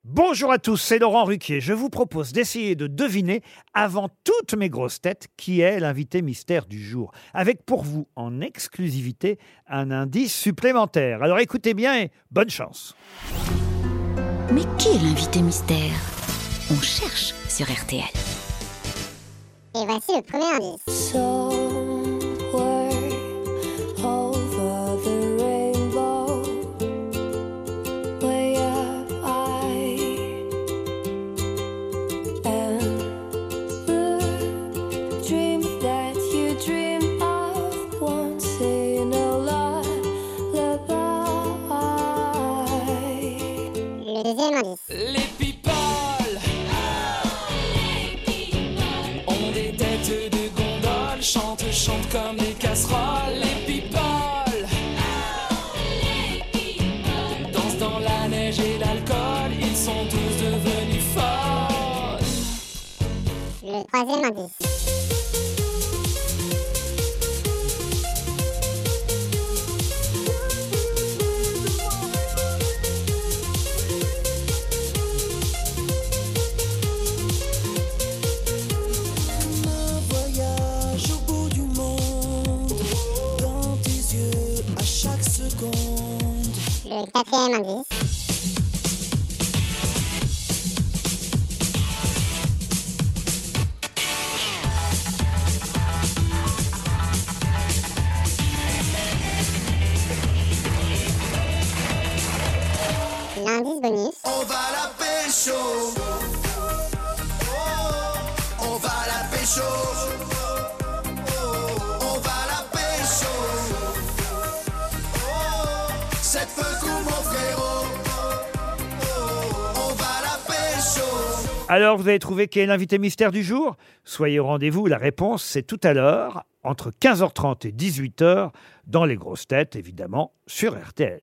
Bonjour à tous, c'est Laurent Ruquier. Je vous propose d'essayer de deviner, avant toutes mes grosses têtes, qui est l'invité mystère du jour. Avec pour vous, en exclusivité, un indice supplémentaire. Alors écoutez bien et bonne chance. Mais qui est l'invité mystère? On cherche sur RTL. Et voici le premier indice. Le deuxième indice. Les people, ont des têtes de gondole, chantent comme des casseroles. Les people, dansent dans la neige et l'alcool, ils sont tous devenus folles. Le troisième indice. Un voyage au bout du monde, dans tes yeux à chaque seconde. Le quatrième indice. L'indice bonus. On va la pécho. On va la pécho. On va la pécho. Cette peu coup mon frérot. On va la pécho. Alors vous avez trouvé qui est l'invité mystère du jour? Soyez au rendez-vous, la réponse c'est tout à l'heure, entre 15h30 et 18h, dans les grosses têtes, évidemment, sur RTL.